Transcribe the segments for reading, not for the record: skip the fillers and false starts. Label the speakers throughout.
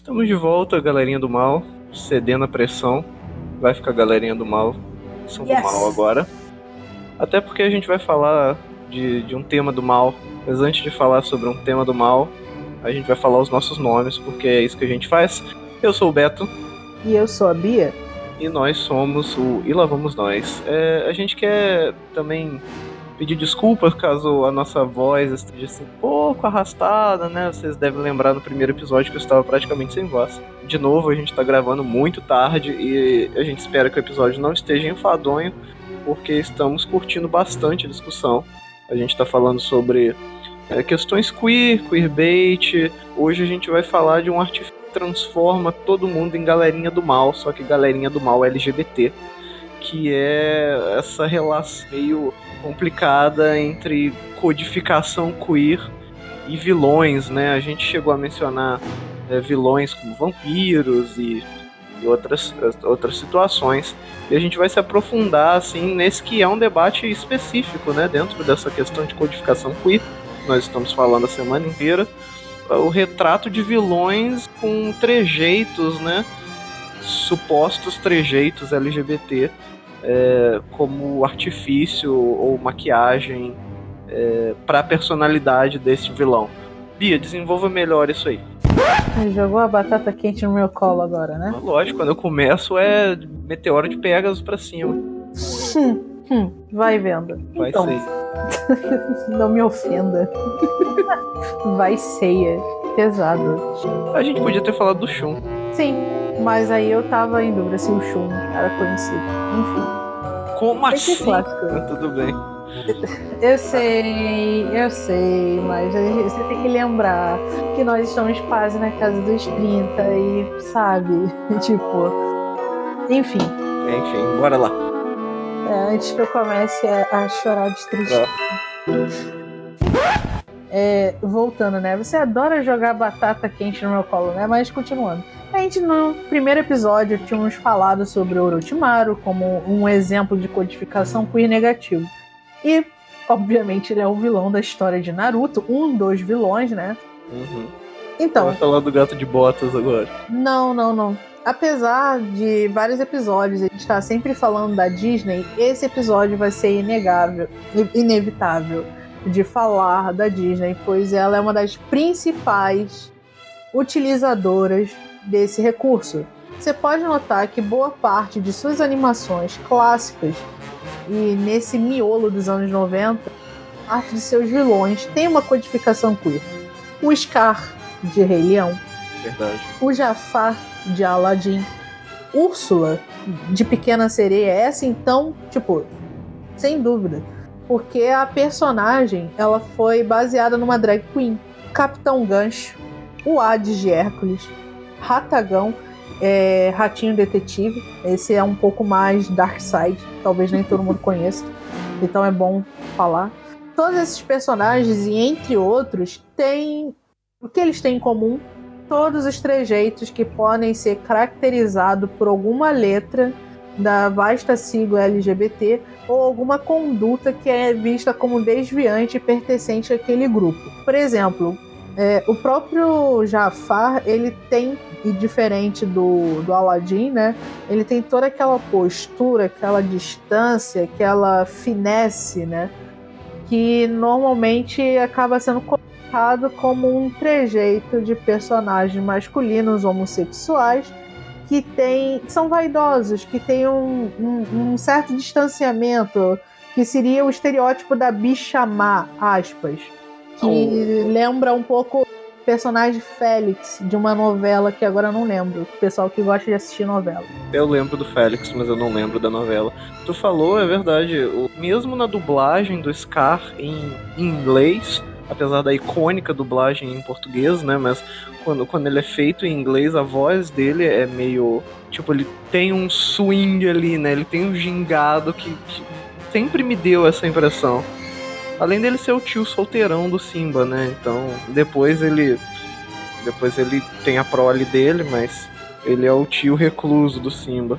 Speaker 1: Estamos de volta, galerinha do mal, cedendo a pressão. Vai ficar galerinha do mal, são do mal agora. Até porque a gente vai falar de um tema do mal. Mas antes de falar sobre um tema do mal, a gente vai falar os nossos nomes, porque é isso que a gente faz. Eu sou o Beto.
Speaker 2: E eu sou a Bia.
Speaker 1: E nós somos o E Lá Vamos Nós. A gente quer também pedir desculpas caso a nossa voz esteja assim, um pouco arrastada, né? Vocês devem lembrar no primeiro episódio que eu estava praticamente sem voz. De novo, a gente está gravando muito tarde e a gente espera que o episódio não esteja enfadonho, porque estamos curtindo bastante a discussão. A gente está falando sobre questões queerbait. Hoje a gente vai falar de um artifício que transforma todo mundo em galerinha do mal, só que galerinha do mal LGBT, que é essa relação meio complicada entre codificação queer e vilões, né? A gente chegou a mencionar vilões como vampiros e outras situações, e a gente vai se aprofundar assim nesse que é um debate específico, né? Dentro dessa questão de codificação queer, nós estamos falando a semana inteira, o retrato de vilões com trejeitos, né? Supostos trejeitos LGBT como artifício ou maquiagem para a personalidade desse vilão. Bia, desenvolva melhor isso aí.
Speaker 2: Jogou a batata quente no meu colo agora, né?
Speaker 1: Lógico, quando eu começo é meteoro de Pégasus pra cima.
Speaker 2: Vai vendo.
Speaker 1: Vai
Speaker 2: então,
Speaker 1: ser.
Speaker 2: Não me ofenda. Vai ceia. Pesado.
Speaker 1: A gente podia ter falado do Shun.
Speaker 2: Sim, mas aí eu tava em dúvida se o Shun era conhecido. Enfim.
Speaker 1: Como assim?
Speaker 2: Clássico.
Speaker 1: Tudo bem.
Speaker 2: Eu sei, mas você tem que lembrar que nós estamos quase na casa dos 30 e, sabe, tipo, enfim,
Speaker 1: bora lá.
Speaker 2: Antes que eu comece a chorar de tristeza. Voltando, né, você adora jogar batata quente no meu colo, né, mas continuando. A gente no primeiro episódio tínhamos falado sobre o Orochimaru como um exemplo de codificação queer negativo. E, obviamente, ele é o vilão da história de Naruto, um dos vilões, né?
Speaker 1: Uhum.
Speaker 2: Então.
Speaker 1: Vai falar do gato de botas agora.
Speaker 2: Não. Apesar de vários episódios a gente estar sempre falando da Disney, esse episódio vai ser inevitável de falar da Disney, pois ela é uma das principais utilizadoras desse recurso. Você pode notar que boa parte de suas animações clássicas e nesse miolo dos anos 90, parte de seus vilões tem uma codificação queer. O Scar, de Rei Leão.
Speaker 1: Verdade.
Speaker 2: O Jafar, de Aladdin. Úrsula, de Pequena Sereia. Essa, então, tipo, sem dúvida. Porque a personagem, ela foi baseada numa drag queen. Capitão Gancho, o Hades de Hércules, Ratagão, Ratinho Detetive. Esse é um pouco mais dark side, talvez nem todo mundo conheça, então é bom falar. Todos esses personagens, e entre outros, têm o que eles têm em comum: todos os trejeitos que podem ser caracterizados por alguma letra da vasta sigla LGBT ou alguma conduta que é vista como desviante e pertencente àquele grupo. Por exemplo, o próprio Jafar, ele tem, e diferente do Aladdin, né? Ele tem toda aquela postura, aquela distância, aquela finesse, né? Que normalmente acaba sendo colocado como um trejeito de personagens masculinos homossexuais que são vaidosos, que têm um certo distanciamento, que seria o estereótipo da bicha má, aspas. Que lembra um pouco o personagem Félix, de uma novela que agora eu não lembro. O pessoal que gosta de assistir novela.
Speaker 1: Eu lembro do Félix, mas eu não lembro da novela. Tu falou, é verdade. Mesmo na dublagem do Scar em inglês, apesar da icônica dublagem em português, né? Mas quando ele é feito em inglês, a voz dele é meio... Tipo, ele tem um swing ali, né? Ele tem um gingado que sempre me deu essa impressão. Além dele ser o tio solteirão do Simba, né? Então, depois ele tem a prole dele, mas ele é o tio recluso do Simba.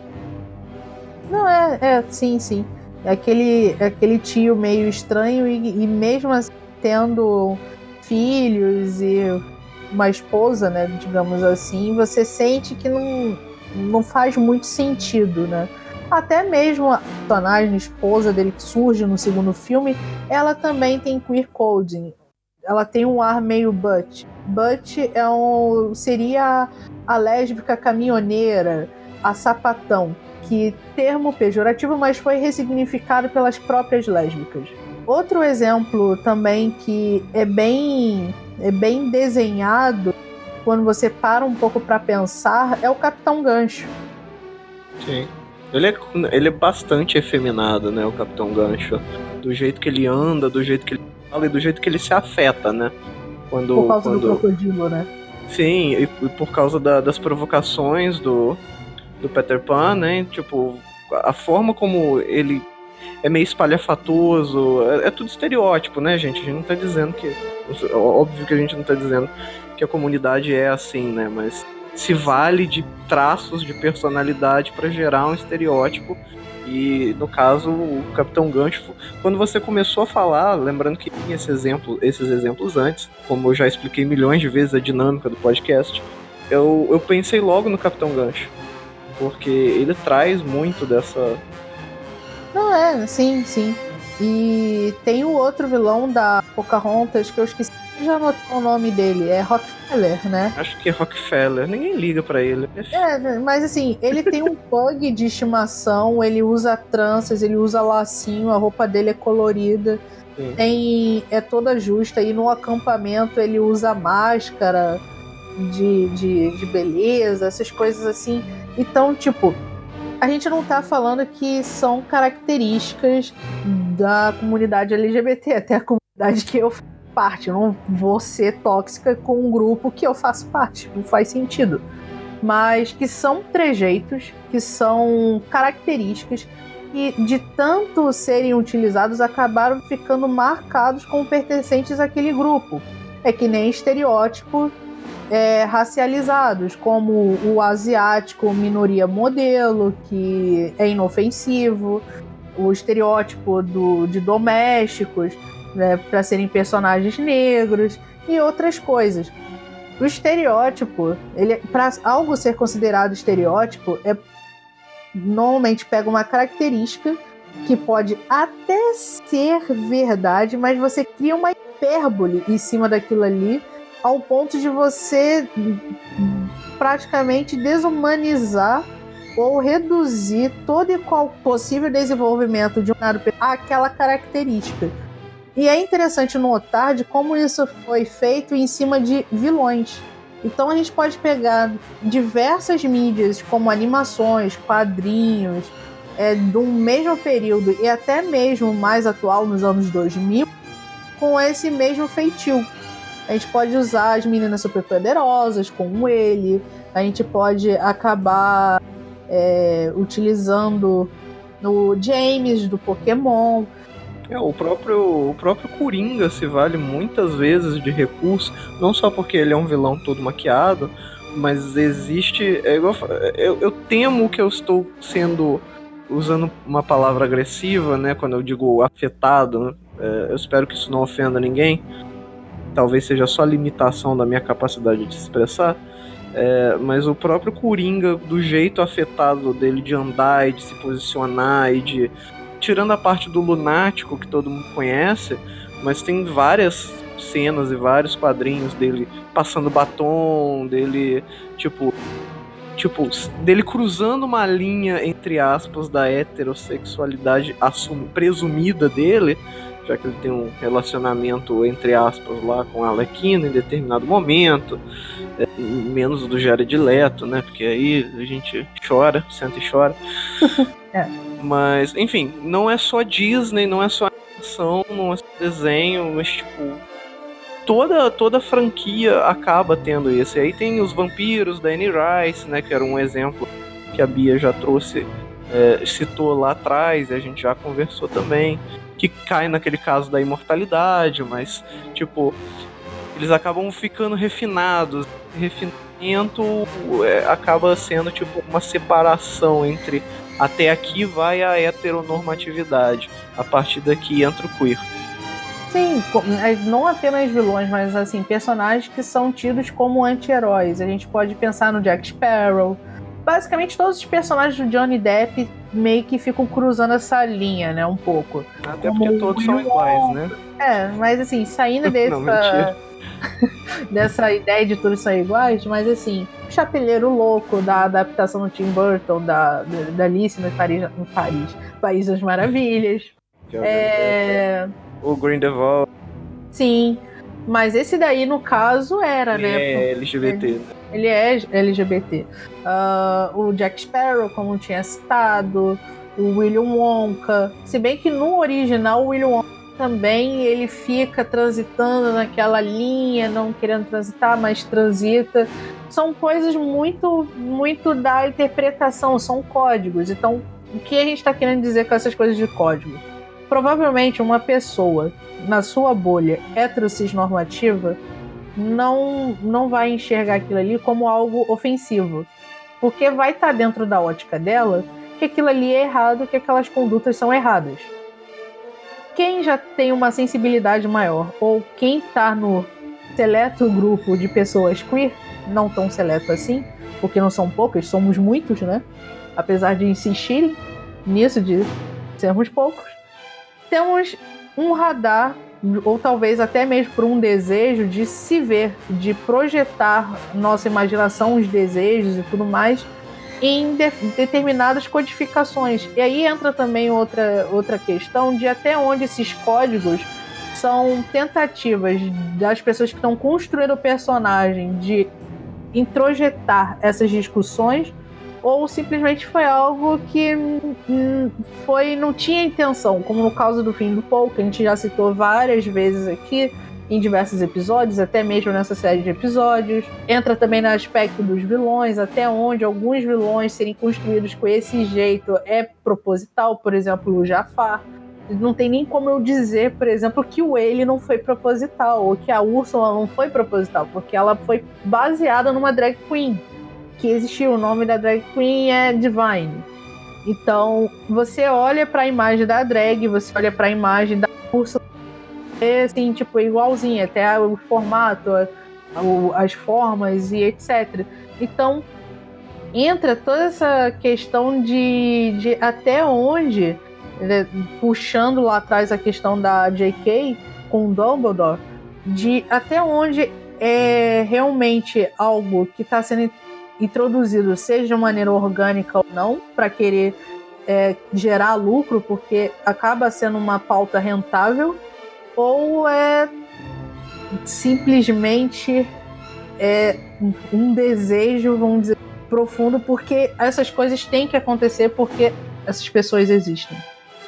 Speaker 2: Não, sim. É aquele tio meio estranho e mesmo assim tendo filhos e uma esposa, né, digamos assim, você sente que não faz muito sentido, né? Até mesmo a personagem, esposa dele que surge no segundo filme, ela também tem queer coding. Ela tem um ar meio Butch. Butch seria a lésbica caminhoneira, a sapatão, que termo pejorativo, mas foi ressignificado pelas próprias lésbicas. Outro exemplo também que é bem desenhado, quando você para um pouco para pensar, é o Capitão Gancho.
Speaker 1: Sim. Ele é bastante efeminado, né, o Capitão Gancho. Do jeito que ele anda, do jeito que ele fala e do jeito que ele se afeta, né?
Speaker 2: Por causa do crocodilo, né?
Speaker 1: Sim, e por causa das provocações do Peter Pan, né? Tipo, a forma como ele é meio espalhafatoso, é tudo estereótipo, né, gente? A gente não tá dizendo que... Óbvio que a gente não tá dizendo que a comunidade é assim, né? Mas se vale de traços de personalidade para gerar um estereótipo. E, no caso, o Capitão Gancho, quando você começou a falar, lembrando que tinha esses exemplos antes, como eu já expliquei milhões de vezes a dinâmica do podcast, eu pensei logo no Capitão Gancho, porque ele traz muito dessa...
Speaker 2: Não, sim. E tem o outro vilão da Pocahontas, que eu esqueci, já anotou o nome dele, é Rockefeller, né?
Speaker 1: Acho que é Rockefeller, ninguém liga pra ele.
Speaker 2: Mas assim, ele tem um pug de estimação, ele usa tranças, ele usa lacinho, a roupa dele é colorida, é toda justa, e no acampamento ele usa máscara de beleza, essas coisas assim. Então, tipo, a gente não tá falando que são características da comunidade LGBT, até a comunidade que eu faço parte. Eu não vou ser tóxica com um grupo que eu faço parte, não faz sentido. Mas que são trejeitos, que são características que, de tanto serem utilizados, acabaram ficando marcados como pertencentes àquele grupo. É que nem estereótipo racializados, como o asiático minoria modelo, que é inofensivo, o estereótipo de domésticos, né, para serem personagens negros e outras coisas. O estereótipo, para algo ser considerado estereótipo, normalmente pega uma característica que pode até ser verdade, mas você cria uma hipérbole em cima daquilo ali, ao ponto de você praticamente desumanizar ou reduzir todo e qual possível desenvolvimento de um dado àquela característica. E é interessante notar de como isso foi feito em cima de vilões. Então a gente pode pegar diversas mídias, como animações, quadrinhos, do mesmo período e até mesmo mais atual, nos anos 2000, com esse mesmo feitio. A gente pode usar as meninas superpoderosas, como ele, a gente pode acabar utilizando no James do Pokémon.
Speaker 1: O próprio Coringa se vale muitas vezes de recurso, não só porque ele é um vilão todo maquiado, mas existe... Eu temo que eu estou usando uma palavra agressiva, né, quando eu digo afetado, né? Eu espero que isso não ofenda ninguém, talvez seja só a limitação da minha capacidade de se expressar, mas o próprio Coringa, do jeito afetado dele de andar e de se posicionar e de... Tirando a parte do lunático que todo mundo conhece, mas tem várias cenas e vários quadrinhos dele passando batom, dele dele cruzando uma linha, entre aspas, da heterossexualidade presumida dele, já que ele tem um relacionamento, entre aspas, lá com a Arlequina em determinado momento, menos do Jared Leto, né, porque aí a gente senta e chora. Mas, enfim, não é só Disney, não é só animação, não é só desenho, mas, tipo, toda franquia acaba tendo isso. E aí tem os vampiros da Anne Rice, né, que era um exemplo que a Bia já trouxe, citou lá atrás, e a gente já conversou também, que cai naquele caso da imortalidade, mas, tipo, eles acabam ficando refinados. Refinamento acaba sendo, tipo, uma separação entre... Até aqui vai a heteronormatividade. A partir daqui entra o queer.
Speaker 2: Sim, não apenas vilões, mas assim, personagens que são tidos como anti-heróis. A gente pode pensar no Jack Sparrow. Basicamente, todos os personagens do Johnny Depp meio que ficam cruzando essa linha, né, um pouco.
Speaker 1: Até porque todos são iguais, né?
Speaker 2: Mas assim, saindo dessa ideia de todos são iguais, mas assim, o Chapeleiro Louco da adaptação do Tim Burton, da Alice no País das Maravilhas.
Speaker 1: O Grindelwald.
Speaker 2: Sim, mas esse daí, no caso, era, né?
Speaker 1: É LGBT, né?
Speaker 2: Ele é LGBT. O Jack Sparrow, como tinha citado, o William Wonka. Se bem que no original, o William Wonka também ele fica transitando naquela linha, não querendo transitar, mas transita. São coisas muito, muito da interpretação, são códigos. Então, o que a gente está querendo dizer com essas coisas de código? Provavelmente uma pessoa na sua bolha heterossexnormativa não vai enxergar aquilo ali como algo ofensivo, porque vai estar dentro da ótica dela que aquilo ali é errado, que aquelas condutas são erradas. Quem já tem uma sensibilidade maior, ou quem está no seleto grupo de pessoas queer, não tão seleto assim, porque não são poucas, somos muitos, né? Apesar de insistirem nisso de sermos poucos, temos um radar, ou talvez até mesmo por um desejo de se ver, de projetar nossa imaginação, os desejos e tudo mais, em determinadas codificações. E aí entra também outra questão de até onde esses códigos são tentativas das pessoas que estão construindo o personagem de introjetar essas discussões, ou simplesmente foi algo que não tinha intenção, como no caso do fim do Paul, que a gente já citou várias vezes aqui, em diversos episódios, até mesmo nessa série de episódios. Entra também no aspecto dos vilões, até onde alguns vilões serem construídos com esse jeito é proposital, por exemplo, o Jafar. Não tem nem como eu dizer, por exemplo, que o Ailey não foi proposital, ou que a Úrsula não foi proposital, porque ela foi baseada numa drag queen que existiu. O nome da drag queen é Divine. Então, você olha para a imagem da drag, você olha para a imagem da Úrsula, é assim, tipo, igualzinho, até o formato, as formas e etc. Então, entra toda essa questão de até onde, puxando lá atrás a questão da J.K. com Dumbledore, de até onde é realmente algo que está sendo introduzido, seja de maneira orgânica ou não, para querer gerar lucro, porque acaba sendo uma pauta rentável, ou é simplesmente um desejo, vamos dizer, profundo, porque essas coisas têm que acontecer porque essas pessoas existem.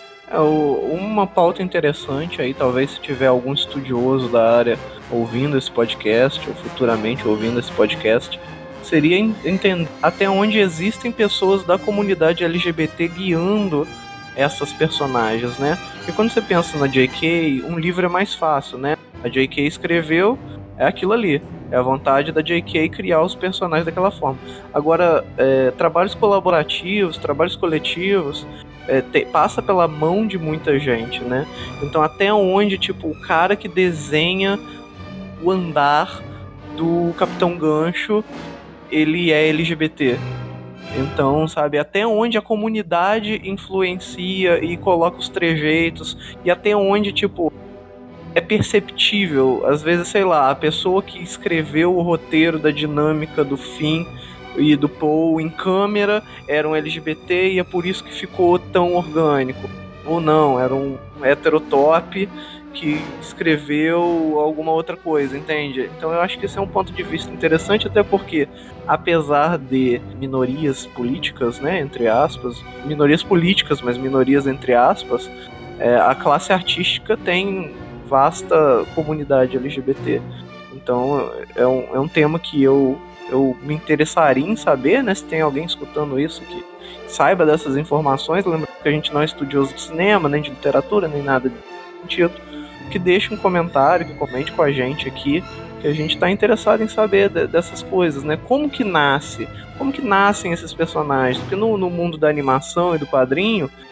Speaker 1: Uma pauta interessante aí, talvez se tiver algum estudioso da área ouvindo esse podcast, ou futuramente ouvindo esse podcast, seria entender até onde existem pessoas da comunidade LGBT guiando essas personagens, né? E quando você pensa na J.K., um livro é mais fácil, né? A J.K. escreveu, é aquilo ali. É a vontade da J.K. criar os personagens daquela forma. Agora, trabalhos colaborativos, trabalhos coletivos, passa pela mão de muita gente, né? Então, até onde, tipo, o cara que desenha o andar do Capitão Gancho, ele é LGBT. Então, sabe, até onde a comunidade influencia e coloca os trejeitos, e até onde, tipo, é perceptível, às vezes, sei lá, a pessoa que escreveu o roteiro da dinâmica do Finn e do Paul em câmera era um LGBT e é por isso que ficou tão orgânico. Ou não, era um heterotop que escreveu alguma outra coisa, entende? Então eu acho que esse é um ponto de vista interessante, até porque, apesar de minorias políticas, né, entre aspas, minorias políticas, mas minorias entre aspas, a classe artística tem vasta comunidade LGBT. Então é um tema que eu me interessaria em saber, né, se tem alguém escutando isso que saiba dessas informações. Lembra que a gente não é estudioso de cinema, nem de literatura, nem nada do sentido, que deixe um comentário, que comente com a gente aqui, que a gente está interessado em saber dessas coisas, né? Como que nascem esses personagens? Porque no mundo da animação e do quadrinho,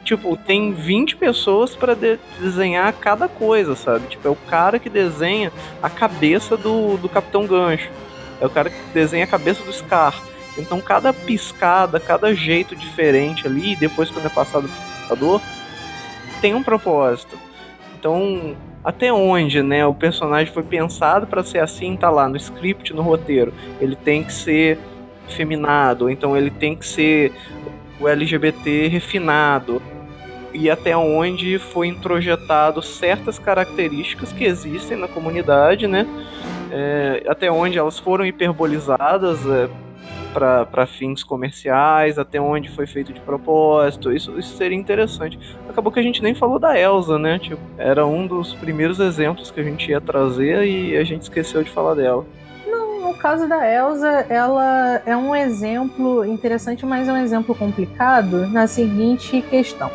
Speaker 1: tipo, tem 20 pessoas pra desenhar cada coisa, sabe? Tipo, é o cara que desenha a cabeça do Capitão Gancho. É o cara que desenha a cabeça do Scar. Então cada piscada, cada jeito diferente ali, depois quando é passado pro computador, tem um propósito. Então, até onde, né, o personagem foi pensado pra ser assim, tá lá no script, no roteiro. Ele tem que ser feminado, então ele tem que ser o LGBT refinado. E até onde foi introjetado certas características que existem na comunidade, né? Até onde elas foram hiperbolizadas para fins comerciais, até onde foi feito de propósito. Isso seria interessante. Acabou que a gente nem falou da Elsa, né? Tipo, era um dos primeiros exemplos que a gente ia trazer e a gente esqueceu de falar dela.
Speaker 2: No caso da Elsa, ela é um exemplo interessante, mas é um exemplo complicado na seguinte questão.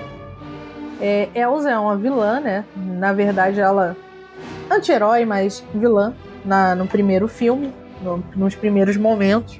Speaker 2: Elsa é uma vilã, né? Na verdade, ela é anti-herói, mas vilã no primeiro filme, nos primeiros momentos.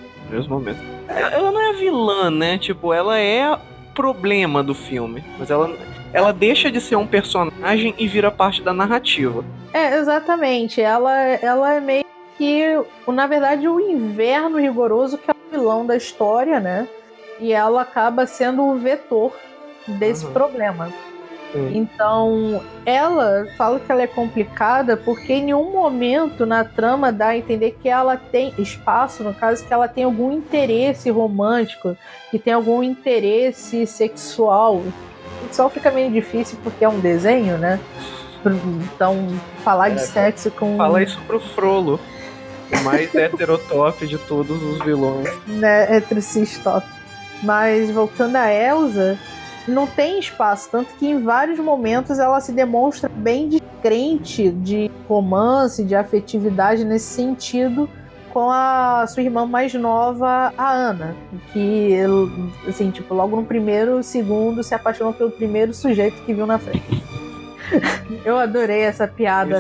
Speaker 1: Ela não é vilã, né? Tipo, ela é problema do filme, mas ela deixa de ser um personagem e vira parte da narrativa.
Speaker 2: Exatamente. Ela é meio que, na verdade, o inverno rigoroso que é o vilão da história, né? E ela acaba sendo o vetor desse problema. Então, ela fala que ela é complicada porque em nenhum momento na trama dá a entender que ela tem espaço, no caso, que ela tem algum interesse romântico, que tem algum interesse sexual. Sexual fica meio difícil porque é um desenho, né? Então, falar de sexo com...
Speaker 1: Fala isso pro Frollo, o mais heterotop de todos os vilões.
Speaker 2: Né, heterocistop. Mas, voltando a Elsa, não tem espaço, tanto que em vários momentos ela se demonstra bem descrente de romance, de afetividade nesse sentido, com a sua irmã mais nova, a Ana, que, assim, tipo, logo no primeiro segundo se apaixonou pelo primeiro sujeito que viu na frente. Eu adorei essa piada,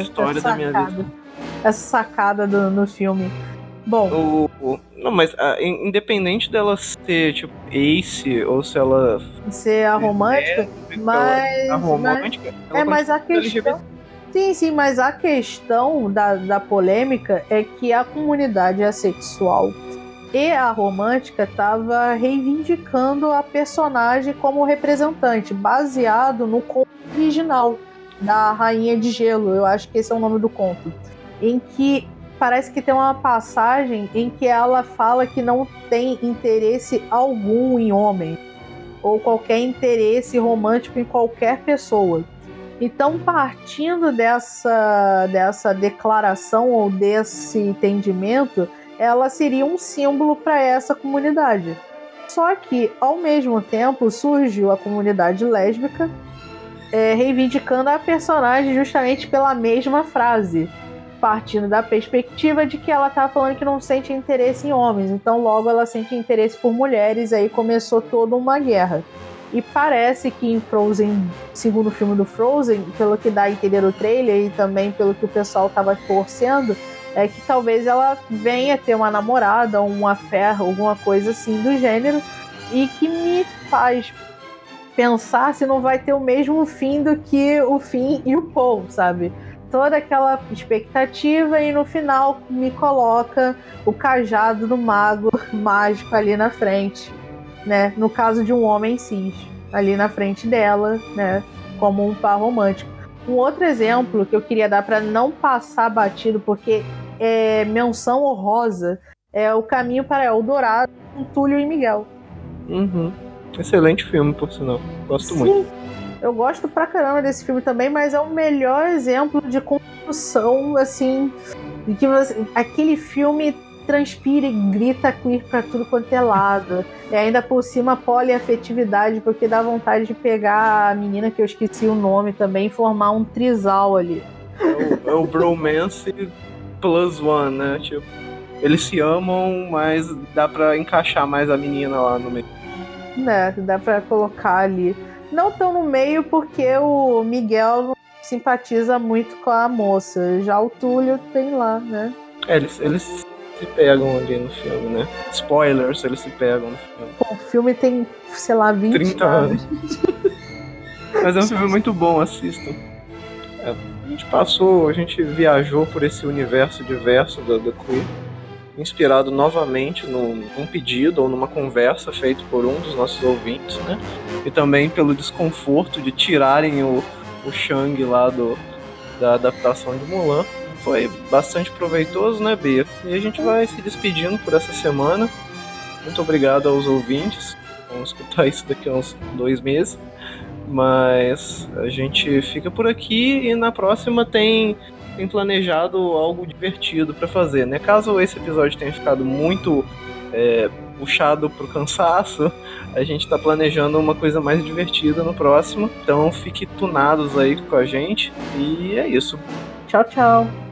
Speaker 2: essa sacada no filme. Bom,
Speaker 1: não, mas independente dela ser tipo Ace ou se ela
Speaker 2: ser a romântica, mas a questão, sim, mas a questão da polêmica é que a comunidade assexual e a romântica estava reivindicando a personagem como representante, baseado no conto original da Rainha de Gelo. Eu acho que esse é o nome do conto, em que parece que tem uma passagem em que ela fala que não tem interesse algum em homem, ou qualquer interesse romântico em qualquer pessoa. Então, partindo dessa declaração ou desse entendimento, ela seria um símbolo para essa comunidade. Só que, ao mesmo tempo, surgiu a comunidade lésbica reivindicando a personagem justamente pela mesma frase, partindo da perspectiva de que ela tá falando que não sente interesse em homens, então logo ela sente interesse por mulheres, aí começou toda uma guerra. E parece que em Frozen, segundo filme do Frozen, pelo que dá a entender o trailer e também pelo que o pessoal tava torcendo, é que talvez ela venha ter uma namorada, uma affair, alguma coisa assim do gênero, e que me faz pensar se não vai ter o mesmo fim do que o Finn e o Paul, sabe? Toda aquela expectativa e no final me coloca o cajado do mago mágico ali na frente, né? No caso de um homem cis, ali na frente dela, né? Como um par romântico. Um outro exemplo que eu queria dar para não passar batido, porque é menção honrosa, é O Caminho para Eldorado com Túlio e Miguel.
Speaker 1: Excelente filme, por sinal. Gosto muito.
Speaker 2: Eu gosto pra caramba desse filme também, mas é o melhor exemplo de construção, assim, de que aquele filme transpira e grita queer pra tudo quanto é lado. E ainda por cima poliafetividade, porque dá vontade de pegar a menina que eu esqueci o nome também e formar um trisal ali.
Speaker 1: É o bromance plus one, né? Tipo, eles se amam, mas dá pra encaixar mais a menina lá no meio.
Speaker 2: Né, dá pra colocar ali. Não tão no meio porque o Miguel não simpatiza muito com a moça. Já o Túlio tem lá, né?
Speaker 1: Eles se pegam ali no filme, né? Spoilers, eles se pegam no filme.
Speaker 2: Pô, o filme tem, sei lá, 20
Speaker 1: 30 anos. Mas é um filme muito bom, assistam. A gente viajou por esse universo diverso da Queer, inspirado novamente num pedido ou numa conversa feita por um dos nossos ouvintes, né? E também pelo desconforto de tirarem o Shang lá da adaptação de Mulan. Foi bastante proveitoso, né, Bia? E a gente vai se despedindo por essa semana. Muito obrigado aos ouvintes. Vamos escutar isso daqui a uns 2 meses. Mas a gente fica por aqui e na próxima tem planejado algo divertido para fazer, né? Caso esse episódio tenha ficado muito puxado pro cansaço, a gente tá planejando uma coisa mais divertida no próximo. Então fiquem tunados aí com a gente. E é isso.
Speaker 2: Tchau, tchau.